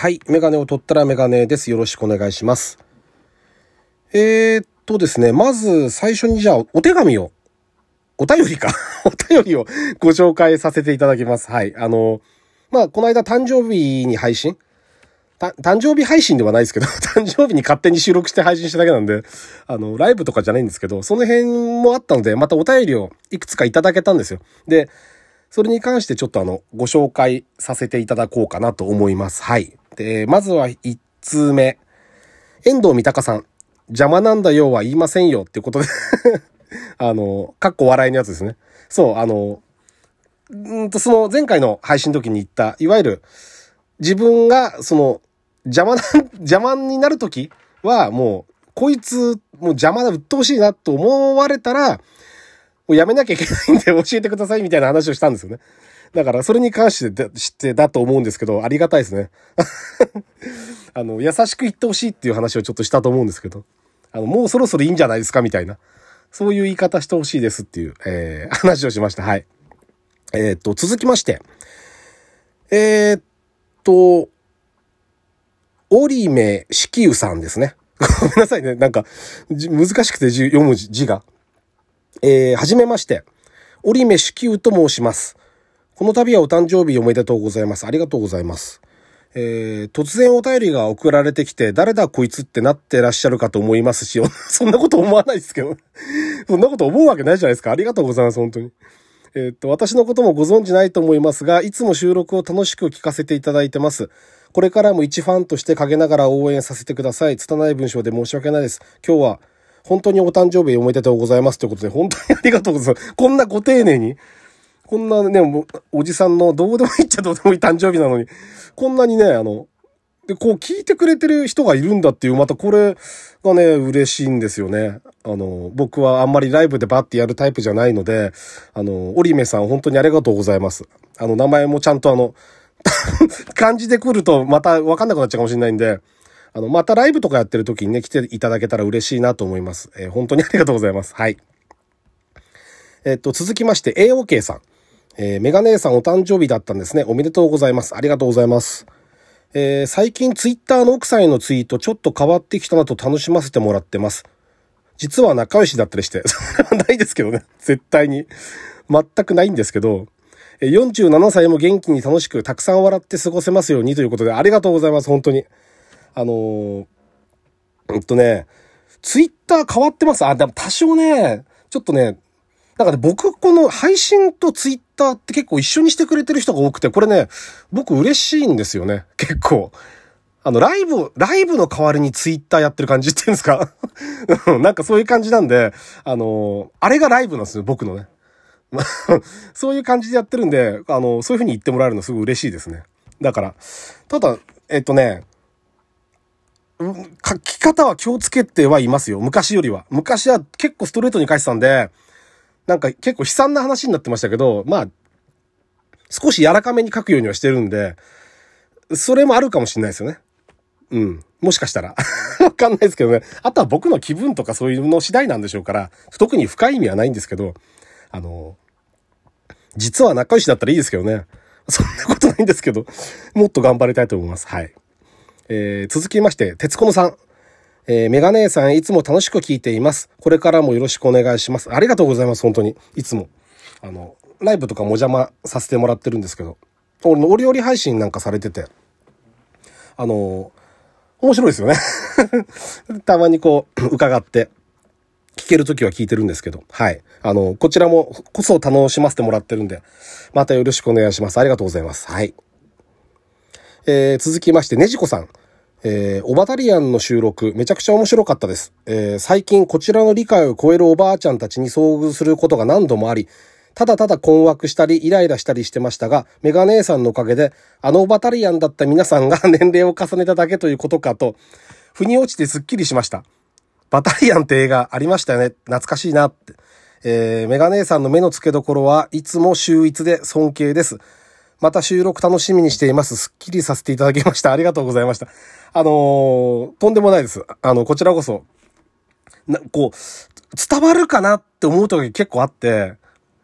はい。メガネを取ったらメガネです。よろしくお願いします。ですね。まず最初にじゃあお便りをご紹介させていただきます。はい。この間誕生日に配信誕生日配信ではないですけど、誕生日に勝手に収録して配信しただけなんで、ライブとかじゃないんですけど、その辺もあったので、またお便りをいくつかいただけたんですよ。で、それに関してちょっとご紹介させていただこうかなと思います。はい。で、まずは1通目。遠藤三鷹さん。邪魔なんだよは言いませんよっていうことでかっこ笑いのやつですね。そう、その前回の配信の時に言った、いわゆる自分が邪魔になる時はもう、こいつもう邪魔だ、鬱陶しいなと思われたら、もうやめなきゃいけないんで教えてくださいみたいな話をしたんですよね。だからそれに関してだと思うんですけど、ありがたいですね。優しく言ってほしいっていう話をちょっとしたと思うんですけど、もうそろそろいいんじゃないですかみたいな。そういう言い方してほしいですっていう、話をしました。はい。続きまして。織目四球さんですね。ごめんなさいね。なんか、難しくて読む字が。はじめまして。織目四球と申します。この度はお誕生日おめでとうございます。ありがとうございます。突然お便りが送られてきて、誰だこいつってなってらっしゃるかと思いますし、そんなこと思わないですけど。そんなこと思うわけないじゃないですか。ありがとうございます、本当に。私のこともご存知ないと思いますが、いつも収録を楽しく聞かせていただいてます。これからも一ファンとして陰ながら応援させてください。拙い文章で申し訳ないです。今日は本当にお誕生日おめでとうございますということで、本当にありがとうございます。こんなご丁寧に、こんなね、おじさんのどうでもいいっちゃどうでもいい誕生日なのに、こんなにね、で、こう聞いてくれてる人がいるんだっていう、またこれがね、嬉しいんですよね。僕はあんまりライブでバッてやるタイプじゃないので、織目さん本当にありがとうございます。名前もちゃんと漢字で来るとまたわかんなくなっちゃうかもしれないんで、またライブとかやってる時にね、来ていただけたら嬉しいなと思います。本当にありがとうございます。はい。続きまして、AOK さん。メガネーさんお誕生日だったんですね。おめでとうございます。ありがとうございます。最近ツイッターの奥さんへのツイートちょっと変わってきたなと楽しませてもらってます。実は仲良しだったりして、それはないですけどね。絶対に。全くないんですけど、47歳も元気に楽しくたくさん笑って過ごせますようにということでありがとうございます。本当に。ツイッター変わってます。でも多少ね、ちょっとね、なんかね、僕、この配信とツイッターって結構一緒にしてくれてる人が多くて、これね、僕嬉しいんですよね。結構。ライブの代わりにツイッターやってる感じっていうんですかなんかそういう感じなんで、あれがライブなんですよ、僕のね。そういう感じでやってるんで、そういう風に言ってもらえるのすごい嬉しいですね。だから、ただ、書き方は気をつけてはいますよ。昔よりは。昔は結構ストレートに書いてたんで、なんか結構悲惨な話になってましたけど、まあ、少し柔らかめに書くようにはしてるんで、それもあるかもしれないですよね。うん。もしかしたら。わかんないですけどね。あとは僕の気分とかそういうの次第なんでしょうから、特に深い意味はないんですけど、実は仲良しだったらいいですけどね。そんなことないんですけど、もっと頑張りたいと思います。はい。続きまして、鉄子のさん。メガネーさんいつも楽しく聞いています。これからもよろしくお願いします。ありがとうございます。本当に。いつも。ライブとかも邪魔させてもらってるんですけど、俺の折々配信なんかされてて、面白いですよね。たまにこう、伺って、聞けるときは聞いてるんですけど、はい。こちらもこそ楽しませてもらってるんで、またよろしくお願いします。ありがとうございます。はい。続きまして、ねじこさん。オバタリアンの収録、めちゃくちゃ面白かったです。最近こちらの理解を超えるおばあちゃんたちに遭遇することが何度もあり、ただただ困惑したりイライラしたりしてましたが、メガ姉さんのおかげで、オバタリアンだった皆さんが年齢を重ねただけということかと、腑に落ちてすっきりしました。バタリアンって映画ありましたよね。懐かしいなって。メガ姉さんの目の付けどころはいつも秀逸で尊敬です。また収録楽しみにしています。すっきりさせていただきました。ありがとうございました。とんでもないです。こちらこそ、伝わるかなって思う時結構あって、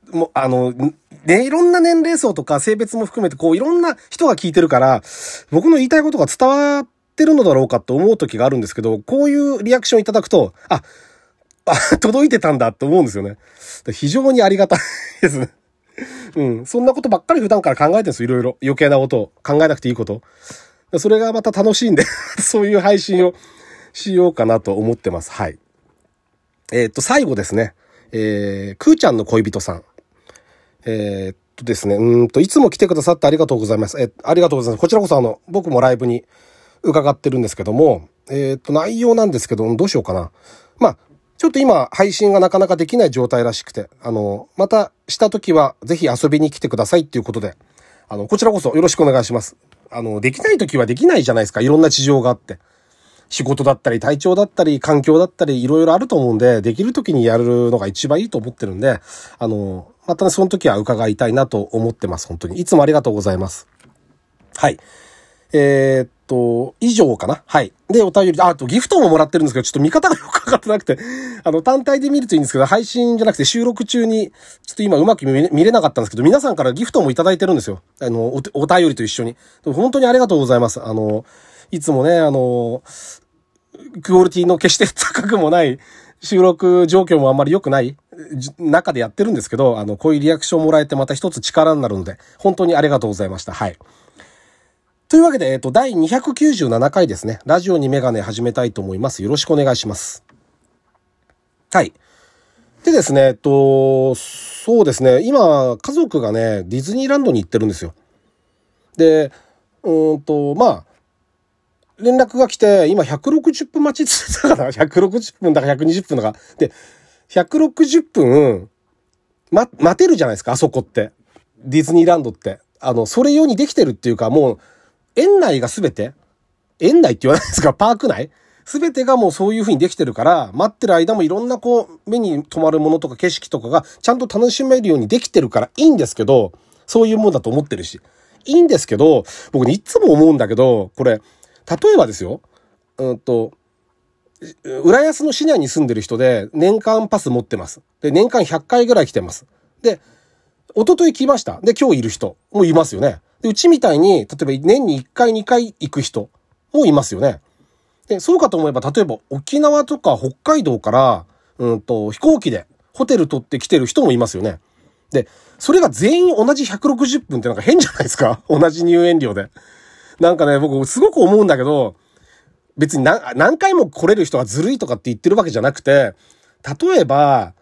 もうね、いろんな年齢層とか性別も含めて、こういろんな人が聞いてるから、僕の言いたいことが伝わってるのだろうかと思う時があるんですけど、こういうリアクションいただくと、届いてたんだって思うんですよね。非常にありがたいですね。うん。そんなことばっかり普段から考えてるんですよ。いろいろ。余計なことを。考えなくていいこと。それがまた楽しいんで、そういう配信をしようかなと思ってます。はい。最後ですね。くーちゃんの恋人さん。ですね。いつも来てくださってありがとうございます。ありがとうございます。こちらこそ僕もライブに伺ってるんですけども、内容なんですけど、どうしようかな。まあ、ちょっと今、配信がなかなかできない状態らしくて、またした時は、ぜひ遊びに来てくださいっていうことで、こちらこそよろしくお願いします。できない時はできないじゃないですか。いろんな事情があって。仕事だったり、体調だったり、環境だったり、いろいろあると思うんで、できる時にやるのが一番いいと思ってるんで、またね、その時は伺いたいなと思ってます。本当に。いつもありがとうございます。はい。以上かな。はい。で、お便り、あとギフトももらってるんですけど、ちょっと見方がよくわかってなくて、単体で見るといいんですけど、配信じゃなくて収録中に、ちょっと今うまく見れなかったんですけど、皆さんからギフトもいただいてるんですよ。お便りと一緒に。本当にありがとうございます。いつもね、クオリティの決して高くもない、収録状況もあんまり良くない中でやってるんですけど、こういうリアクションもらえてまた一つ力になるので、本当にありがとうございました。はい。というわけで、第297回ですね。ラジオにメガネ始めたいと思います。よろしくお願いします。はい。でですね、そうですね。今、家族がね、ディズニーランドに行ってるんですよ。で、まあ、連絡が来て、今160分待ちって言ってたかな ?160 分だか120分だか。で、160分、待てるじゃないですか、あそこって。ディズニーランドって。それ用にできてるっていうか、もう、園内がすべて、園内って言わないですか、パーク内すべてがもうそういう風にできてるから、待ってる間もいろんな目に留まるものとか景色とかがちゃんと楽しめるようにできてるからいいんですけど、そういうもんだと思ってるし。いいんですけど、僕ね、いつも思うんだけど、これ、例えばですよ、浦安の市内に住んでる人で年間パス持ってます。で、年間100回ぐらい来てます。で、一昨日来ました。で、今日いる人もいますよね。で、うちみたいに、例えば年に1回2回行く人もいますよね。で、そうかと思えば、例えば沖縄とか北海道から、飛行機でホテル取って来てる人もいますよね。で、それが全員同じ160分ってなんか変じゃないですか？同じ入園料で。なんかね、僕すごく思うんだけど、別に何回も来れる人がずるいとかって言ってるわけじゃなくて、例えば、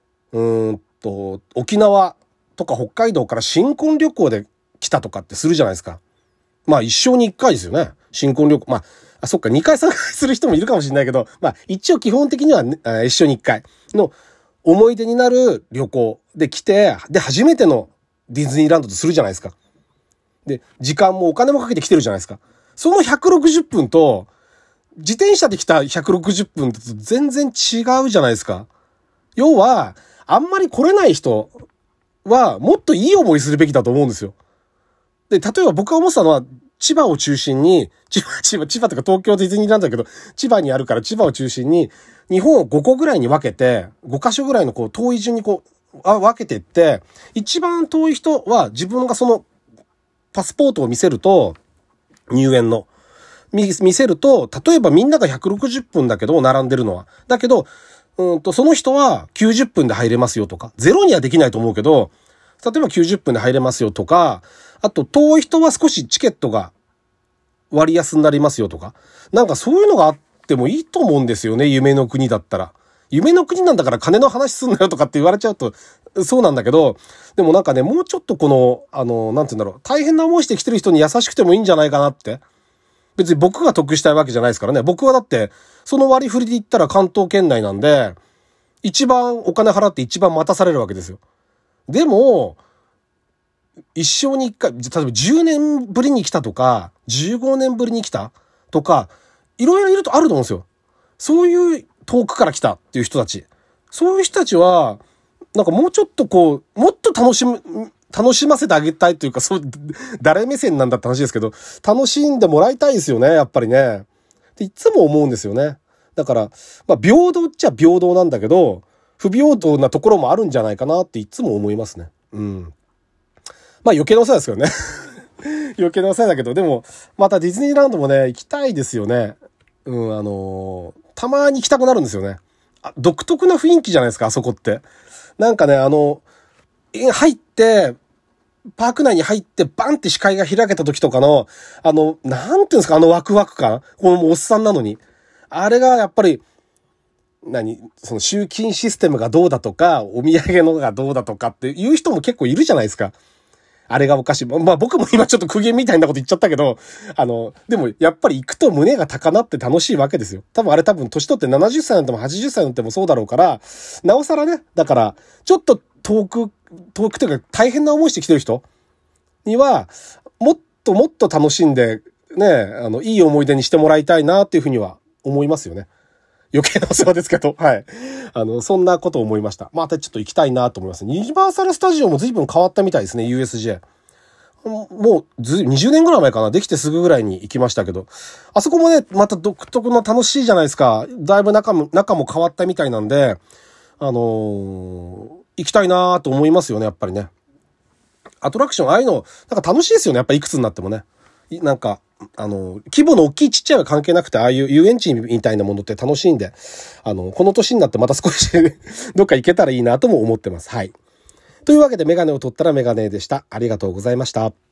沖縄とか北海道から新婚旅行で来たとかってするじゃないですか。まあ一生に一回ですよね。新婚旅行。まあ、そっか、2回3回する人もいるかもしれないけど、まあ一応基本的には、一生に一回の思い出になる旅行で来て、で、初めてのディズニーランドとするじゃないですか。で、時間もお金もかけて来てるじゃないですか。その160分と、自転車で来た160分と全然違うじゃないですか。要は、あんまり来れない人は、もっといい思いするべきだと思うんですよ。で、例えば僕が思ってたのは、千葉を中心に、千葉とか東京ディズニーランドだけど、千葉にあるから千葉を中心に、日本を5個ぐらいに分けて、5カ所ぐらいの遠い順に分けていって、一番遠い人は自分がその、パスポートを見せると、入園の。見せると、例えばみんなが160分だけど、並んでるのは。だけど、その人は90分で入れますよとか、ゼロにはできないと思うけど、例えば90分で入れますよとか、あと遠い人は少しチケットが割安になりますよとか、なんかそういうのがあってもいいと思うんですよね、夢の国だったら。夢の国なんだから金の話すんなよとかって言われちゃうと、そうなんだけど、でもなんかね、もうちょっとなんて言うんだろう、大変な思いしてきてる人に優しくてもいいんじゃないかなって。別に僕が得したいわけじゃないですからね。僕はだって、その割り振りで言ったら関東圏内なんで、一番お金払って一番待たされるわけですよ。でも、一生に一回、例えば10年ぶりに来たとか、15年ぶりに来たとか、いろいろいるとあると思うんですよ。そういう遠くから来たっていう人たち。そういう人たちは、なんかもうちょっともっと楽しませてあげたいというか、誰目線なんだって話ですけど、楽しんでもらいたいですよね、やっぱりね。っていつも思うんですよね。だから、まあ、平等っちゃ平等なんだけど、 不平等なところもあるんじゃないかなっていつも思いますね。うん。まあ余計なお世話ですよね。余計なお世話だけど、でも、またディズニーランドもね、行きたいですよね。うん、たまに行きたくなるんですよね。独特な雰囲気じゃないですか、あそこって。なんかね、入って、パーク内に入ってバンって視界が開けた時とかの、なんていうんですか、ワクワク感。このおっさんなのに。あれがやっぱり、その集金システムがどうだとか、お土産のがどうだとかっていう人も結構いるじゃないですか。あれがおかしい。まあ僕も今ちょっと苦言みたいなこと言っちゃったけど、でもやっぱり行くと胸が高鳴って楽しいわけですよ。多分年取って70歳になっても80歳になってもそうだろうから、なおさらね、だから、ちょっと遠くというか大変な思いしてきてる人には、もっと楽しんで、ね、いい思い出にしてもらいたいなっていうふうには思いますよね。余計なお世話ですけど、はい。そんなことを思いました。またちょっと行きたいなと思います。ユニバーサルスタジオも随分変わったみたいですね、USJ。もう20年ぐらい前かな、できてすぐぐらいに行きましたけど、あそこもね、また独特の楽しいじゃないですか。だいぶ中も変わったみたいなんで、行きたいなと思いますよね、やっぱりね。アトラクション、ああいうの、なんか楽しいですよね、やっぱいくつになってもね。なんか、規模の大きいちっちゃいは関係なくて、ああいう遊園地みたいなものって楽しいんで、この年になってまた少しどっか行けたらいいなとも思ってます。はい。というわけでメガネを取ったらメガネでした。ありがとうございました。